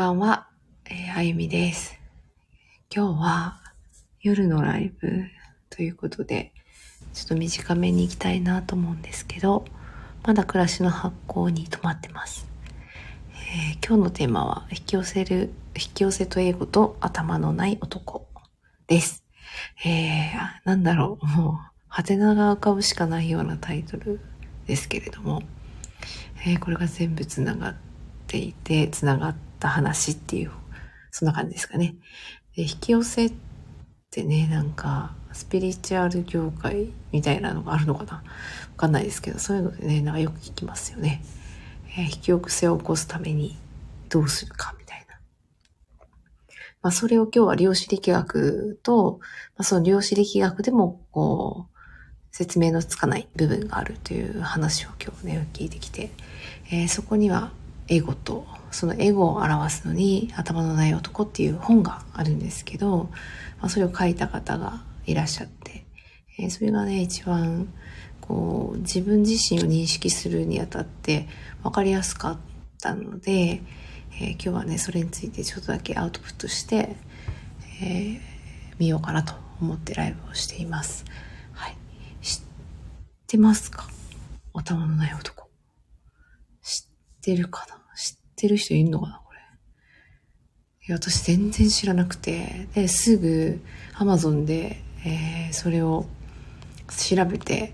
ばんは、あゆみです。今日は夜のライブということで、ちょっと短めに行きたいなと思うんですけど、まだ暮らしの発酵に止まってます。今日のテーマは引き寄せと英語と頭のない男です。なんだろう、もうハテナが浮かぶしかないようなタイトルですけれども、これが全部つながっていて、つながった話っていう、そんな感じですかね。で、引き寄せってね、なんかスピリチュアル業界みたいなのがあるのかな、わかんないですけど、そういうのでね、なんかよく聞きますよね。引き寄せを起こすためにどうするかみたいな。それを今日は量子力学と、その量子力学でも説明のつかない部分があるという話を今日ね聞いてきて、そこにはエゴとそのエゴを表すのに頭のない男っていう本があるんですけど、それを書いた方がいらっしゃって、それがね一番自分自身を認識するにあたって分かりやすかったので、今日はねそれについてちょっとだけアウトプットして、見ようかなと思ってライブをしています。はい、知ってますか？頭のない男。知ってるかな？知ってる人いるのかなこれ。いや、私全然知らなくて、すぐ Amazon で、それを調べて、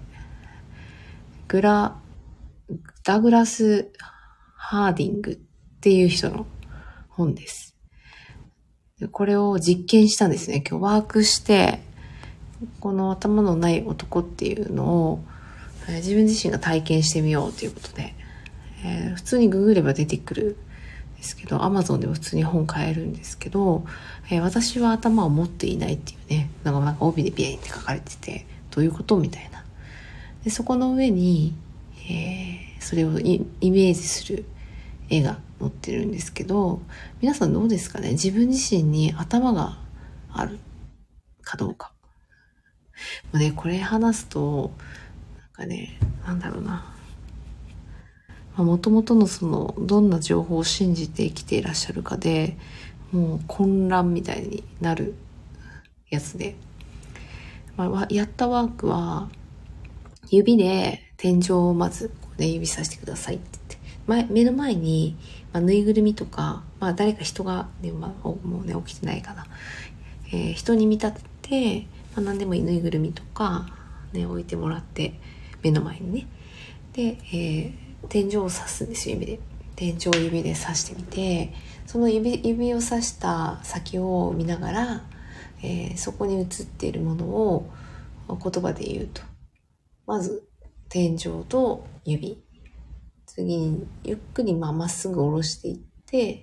ダグラス・ハーディングっていう人の本です。でこれを実験したんですね。今日ワークして、この頭のない男っていうのを、自分自身が体験してみようということで、普通にググれば出てくるんですけど、Amazon でも普通に本買えるんですけど、私は頭を持っていないっていうね、なんか帯でビエンって書かれてて、どういうことみたいな。でそこの上に、それをイメージする絵が載ってるんですけど、皆さんどうですかね？自分自身に頭があるかどうか。もうね、これ話すと、なんかね、なんだろうな。もともとのどんな情報を信じて生きていらっしゃるかで、もう混乱みたいになるやつで。やったワークは、指で天井をまず、指さしてくださいって言って、目の前に、ぬいぐるみとか、誰か人が、ね、もうね、起きてないかな。人に見立てて、何でもいいぬいぐるみとか、ね、置いてもらって、目の前にね。で、天井を指すんですよ、指で。天井を指で指してみて、その指を指した先を見ながら、そこに映っているものを言葉で言うと。まず、天井と指。次に、ゆっくりまっすぐ下ろしていって、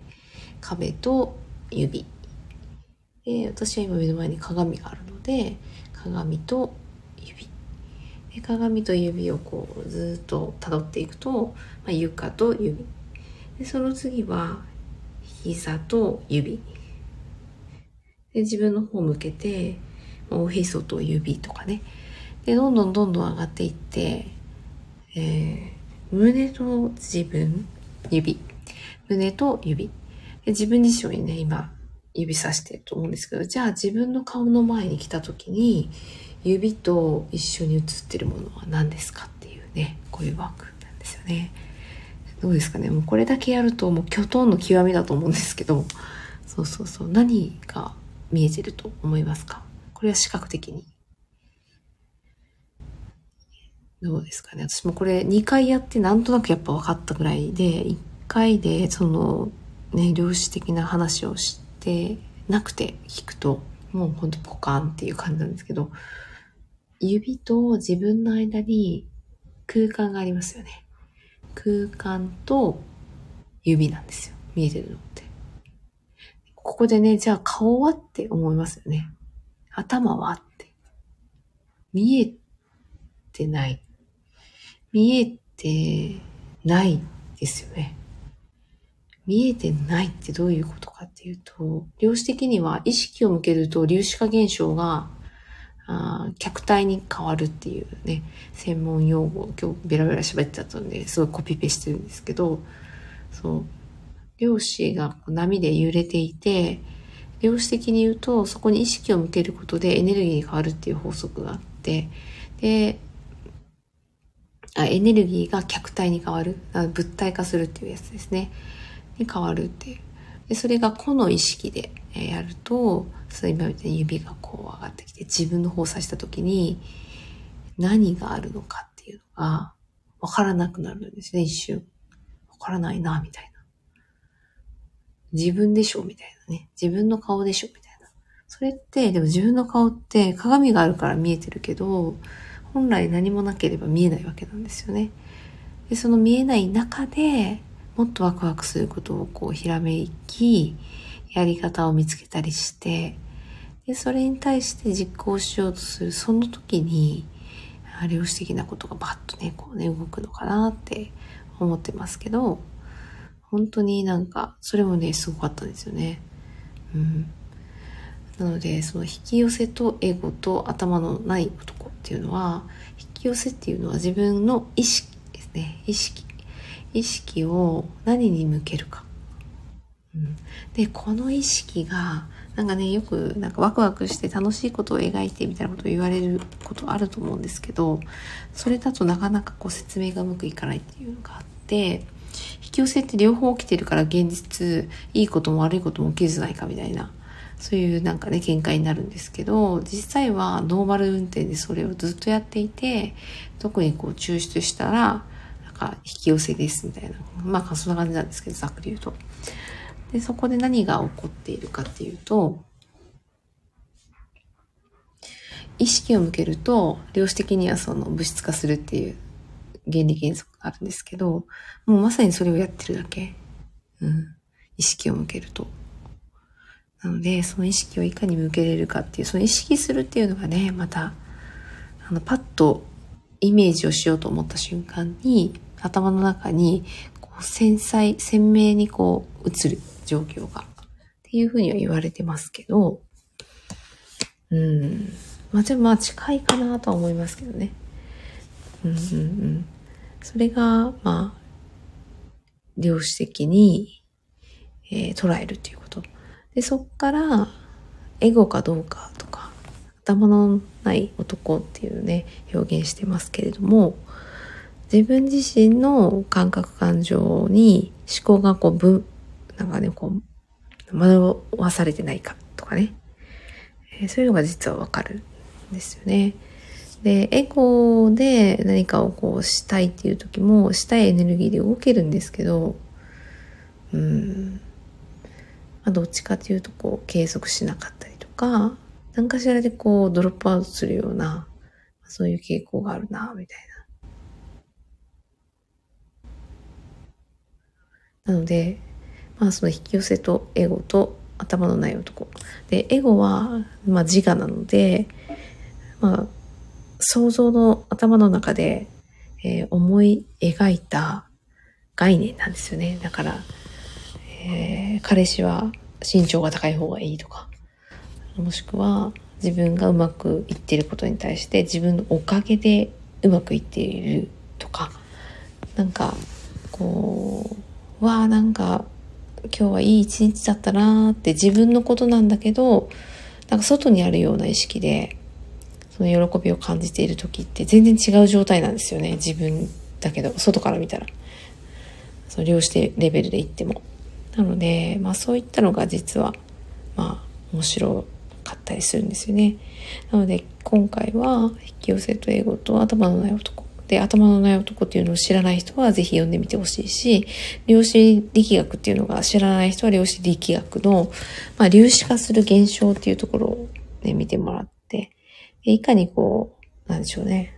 壁と指。私は今目の前に鏡があるので、鏡と指。鏡と指をずっと辿っていくと、床と指で、その次は膝と指で、自分の方を向けておへそと指とかね、でどんどん上がっていって、胸と自分指、胸と指で、自分自身にね今指さしてると思うんですけど、じゃあ自分の顔の前に来た時に指と一緒に写ってるものは何ですかっていうね、こういうワークなんですよね。どうですかね？もうこれだけやるともうキョトンの極みだと思うんですけど、そう何が見えてると思いますか？これは視覚的にどうですかね？私もこれ2回やってなんとなくやっぱ分かったぐらいで、1回で量子的な話をしてなくて聞くともうほんとポカーンっていう感じなんですけど、指と自分の間に空間がありますよね。空間と指なんですよ、見えてるのって。ここでね、じゃあ顔はって思いますよね。頭はって見えてない、見えてないですよね。見えてないってどういうことかっていうと、量子的には意識を向けると粒子化現象が客体に変わるっていうね、専門用語を今日ベラベラ喋ってたのですごいコピペしてるんですけど、そう量子が波で揺れていて、量子的に言うとそこに意識を向けることでエネルギーに変わるっていう法則があって、でエネルギーが客体に変わる、物体化するっていうやつですねに変わるっていう。でそれが個の意識でやると、今みたいに指がこう上がってきて自分の方を指した時に何があるのかっていうのが分からなくなるんですね。一瞬分からないなみたいな、自分でしょみたいなね、自分の顔でしょみたいな。それってでも自分の顔って鏡があるから見えてるけど、本来何もなければ見えないわけなんですよね。でその見えない中でもっとワクワクすることをこうひらめき、やり方を見つけたりして、でそれに対して実行しようとするその時に量子的なことがバッとねこうね動くのかなって思ってますけど、本当になんかそれもねすごかったんですよね。なのでその引き寄せとエゴと頭のない男っていうのは、引き寄せっていうのは自分の意識ですね。意識を何に向けるか。でこの意識がなんかね、よくなんかワクワクして楽しいことを描いてみたいなことを言われることあると思うんですけど、それだとなかなかこう説明がうまくいかないっていうのがあって、引き寄せって両方起きてるから現実いいことも悪いことも起きるじゃないかみたいな、そういうなんかね見解になるんですけど、実際はノーマル運転でそれをずっとやっていて、特にこう抽出したらなんか引き寄せですみたいな、まあそんな感じなんですけど、ざっくり言うと。でそこで何が起こっているかっていうと、意識を向けると量子的にはその物質化するっていう原理原則があるんですけど、もうまさにそれをやってるだけ。意識を向けると。なのでその意識をいかに向けれるかっていう、その意識するっていうのがね、またパッとイメージをしようと思った瞬間に頭の中にこう鮮明にこう映る状況がっていうふうには言われてますけど、でも近いかなとは思いますけどね。それが量子的に、捉えるっていうことで、そっからエゴかどうかとか、頭のない男っていうね表現してますけれども、自分自身の感覚感情に思考がこうなんかねこう惑わされてないかとかね、そういうのが実はわかるんですよね。でエゴで何かをこうしたいっていう時もしたいエネルギーで動けるんですけど、どっちかというとこう継続しなかったりとか、何かしらでこうドロップアウトするような、そういう傾向があるなみたいな。なのでその引き寄せとエゴと頭のない男で、エゴは自我なので、想像の頭の中で、思い描いた概念なんですよね。だから、彼氏は身長が高い方がいいとか、もしくは自分がうまくいっていることに対して自分のおかげでうまくいっているとか、なんかこうなんか今日はいい一日だったなって自分のことなんだけど、なんか外にあるような意識でその喜びを感じている時って全然違う状態なんですよね。自分だけど外から見たら、その量子レベルで言っても。なのでそういったのが実は面白かったりするんですよね。なので今回は引き寄せとエゴと頭のない男で、頭のない男っていうのを知らない人はぜひ読んでみてほしいし、量子力学っていうのが知らない人は量子力学の、粒子化する現象っていうところを、ね、見てもらって、いかにこうなんでしょうね、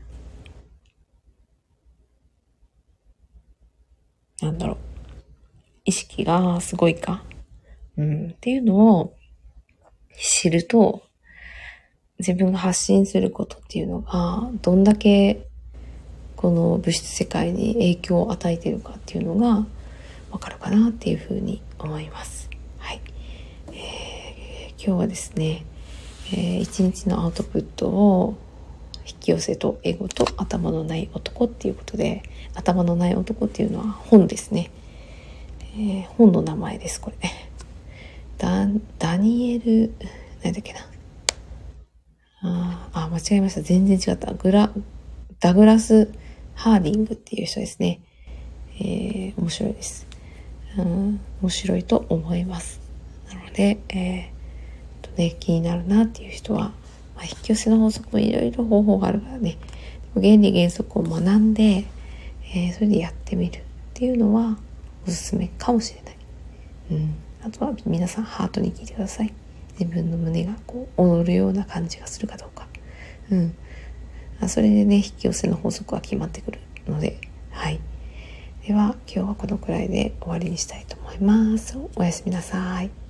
意識がすごいか、っていうのを知ると、自分が発信することっていうのがどんだけこの物質世界に影響を与えているかっていうのがわかるかなっていうふうに思います。はい。今日はですね、一日のアウトプットを引き寄せとエゴと頭のない男っていうことで、頭のない男っていうのは本ですね。 本の名前です、これ。ダニエル、何だっけな。間違えました。全然違った。ダグラス・ハーディングっていう人ですね。面白いです。面白いと思います。なので、気になるなっていう人は、引き寄せの法則もいろいろ方法があるからね、原理原則を学んで、それでやってみるっていうのはおすすめかもしれない。あとは皆さんハートに聞いてください。自分の胸がこう踊るような感じがするかどうか。それでね、引き寄せの法則は決まってくるので、はい。では今日はこのくらいで終わりにしたいと思います。おやすみなさい。